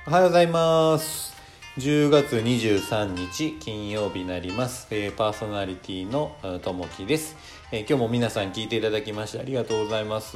おはようございます。10月23日金曜日になります。パーソナリティのともきです。今日も皆さん聞いていただきましてありがとうございます。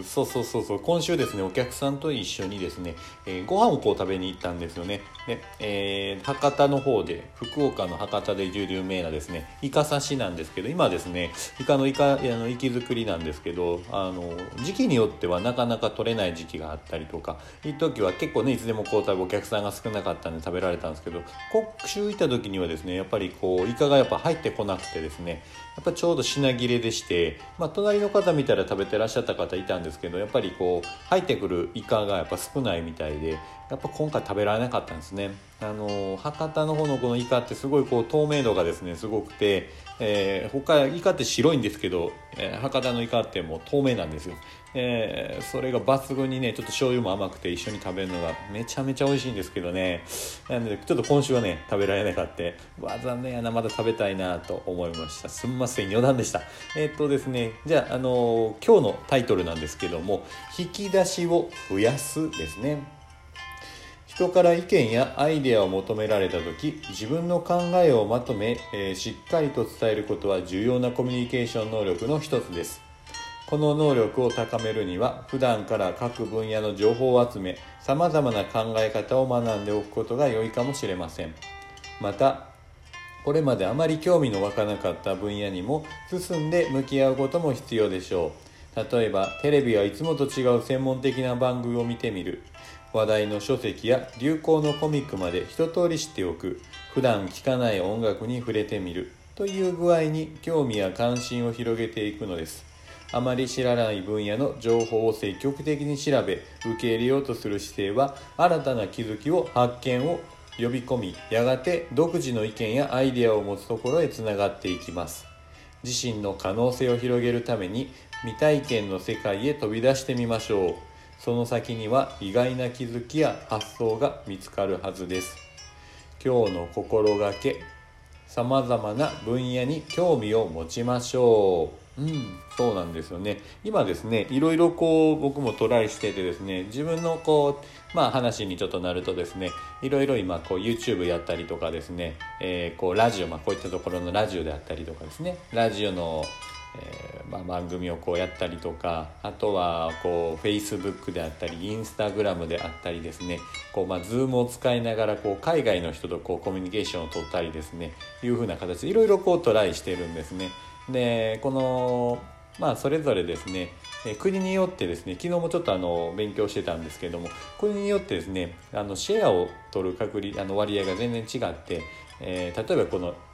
そう今週ですね、お客さんと一緒にですね、ご飯を食べに行ったんですよね。で、博多の方で、福岡の博多で有名なですね、イカ刺しなんですけど、今ですね、イカ作りなんですけど、時期によってはなかなか取れない時期があったりとか、一時は結構ね、いつでもお客さんが少なかったんで食べられたんですけど、今週行った時にはですね、やっぱりイカがやっぱ入ってこなくてですね、やっぱちょうど品切れでして、隣の方見たら食べてらっしゃった方いたんですけど、やっぱり入ってくるイカがやっぱ少ないみたいで、やっぱ今回食べられなかったんですね。博多の方のこのイカってすごい透明度がですねすごくて、他イカって白いんですけど、博多のイカってもう透明なんですよ。それが抜群にね、ちょっと醤油も甘くて一緒に食べるのがめちゃめちゃ美味しいんですけどね。なのでちょっと今週はね食べられなかった。残念やな、まだ食べたいなと思いました。すみません、余談でした。ですね、じゃあ、今日のタイトルなんですけども、引き出しを増やすですね。人から意見やアイデアを求められた時、自分の考えをまとめ、しっかりと伝えることは重要なコミュニケーション能力の一つです。この能力を高めるには、普段から各分野の情報を集め、様々な考え方を学んでおくことが良いかもしれません。また、これまであまり興味の湧かなかった分野にも進んで向き合うことも必要でしょう。例えば、テレビはいつもと違う専門的な番組を見てみる。話題の書籍や流行のコミックまで一通り知っておく。普段聴かない音楽に触れてみる。という具合に興味や関心を広げていくのです。あまり知らない分野の情報を積極的に調べ、受け入れようとする姿勢は、新たな気づきを発見を呼び込み、やがて独自の意見やアイデアを持つところへつながっていきます。自身の可能性を広げるために、未体験の世界へ飛び出してみましょう。その先には意外な気づきや発想が見つかるはずです。今日の心がけ、さまざまな分野に興味を持ちましょう。そうなんですよね。今ですね、いろいろ僕もトライしててですね、自分の話にちょっとなるとですね、いろいろ今YouTube やったりとかですね、ラジオ、こういったところのラジオであったりとかですね、ラジオの番組をやったりとか、あとはFacebook であったり Instagram であったりですね、Zoom を使いながら海外の人とコミュニケーションを取ったりですね、いう風な形でいろいろトライしてるんですね。でそれぞれですね、国によってですね、昨日もちょっと勉強してたんですけども、国によってですね、シェアを取る割合が全然違って、例えば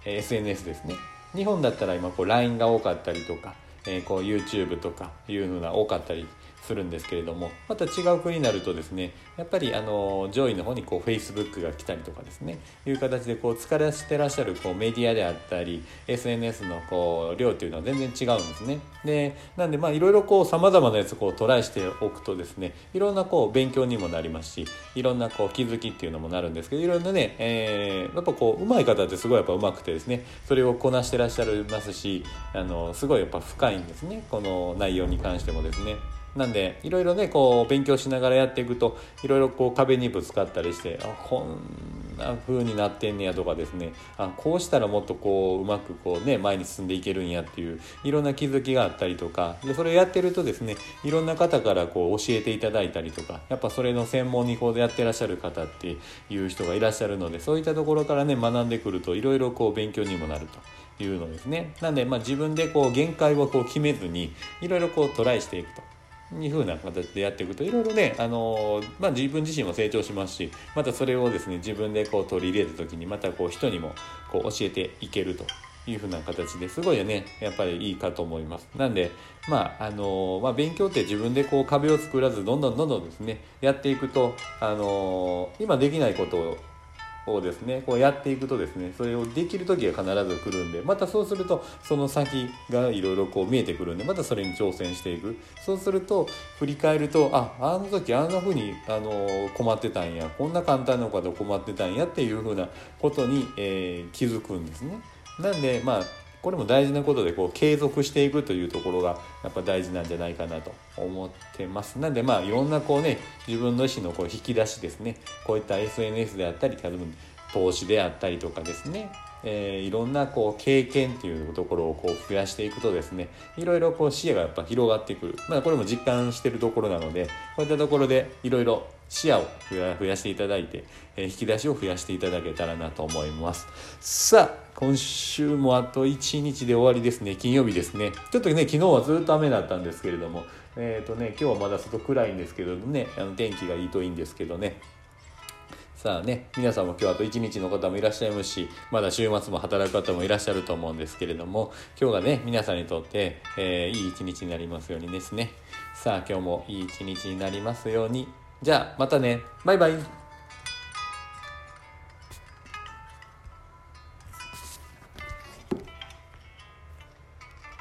SNS ですね、日本だったら今LINE が多かったりとか、YouTube とかいうのが多かったりするんですけれども、また違う国になるとですね、やっぱり上位の方にFacebook が来たりとかですね、いう形で使わせてらっしゃるメディアであったり SNS の量っていうのは全然違うんですね。でなんでいろいろ様々なやつトライしておくとですね、いろんな勉強にもなりますし、いろんな気づきっていうのもなるんですけど、いろんなね、やっぱ上手い方ってすごいやっぱ上手くてですね、それをこなしてらっしゃいますし、すごいやっぱ深いんですね、この内容に関してもですね。なんでいろいろね勉強しながらやっていくと、いろいろ壁にぶつかったりして、こんな風になってんねやとかですね、こうしたらもっとうまく前に進んでいけるんやっていういろんな気づきがあったりとかで、それをやってるとですね、いろんな方から教えていただいたりとか、やっぱそれの専門にやってらっしゃる方っていう人がいらっしゃるので、そういったところからね学んでくるといろいろ勉強にもなるというのですね。なんで自分で限界を決めずにいろいろトライしていくという風な形でやっていくと、いろいろね、自分自身も成長しますし、またそれをですね自分で取り入れた時にまた人にも教えていけるという風な形ですごいねやっぱりいいかと思います。なんで勉強って自分で壁を作らずどんどんですねやっていくと、今できないことをですねやっていくとですね、それをできる時が必ず来るんで、またそうするとその先がいろいろ見えてくるんで、またそれに挑戦していく。そうすると振り返ると、あの時あんな風に困ってたんや、こんな簡単なこと困ってたんやっていう風なことに、気づくんですね。なんでこれも大事なことで継続していくというところがやっぱ大事なんじゃないかなと思ってます。なんでいろんな自分の意思の引き出しですね、こういった SNS であったり多分投資であったりとかですね、いろんな経験っていうところを増やしていくとですね、いろいろ視野がやっぱ広がってくる。これも実感しているところなので、こういったところでいろいろ視野を増やしていただいて、引き出しを増やしていただけたらなと思います。さあ今週もあと1日で終わりですね。金曜日ですね。ちょっとね昨日はずっと雨だったんですけれども、今日はまだ外暗いんですけどね、天気がいいといいんですけどね。さあね、皆さんも今日あと1日の方もいらっしゃいますし、まだ週末も働く方もいらっしゃると思うんですけれども、今日がね皆さんにとって、いい一日になりますようにですね。さあ今日もいい一日になりますように。じゃあまたね、バイバイ。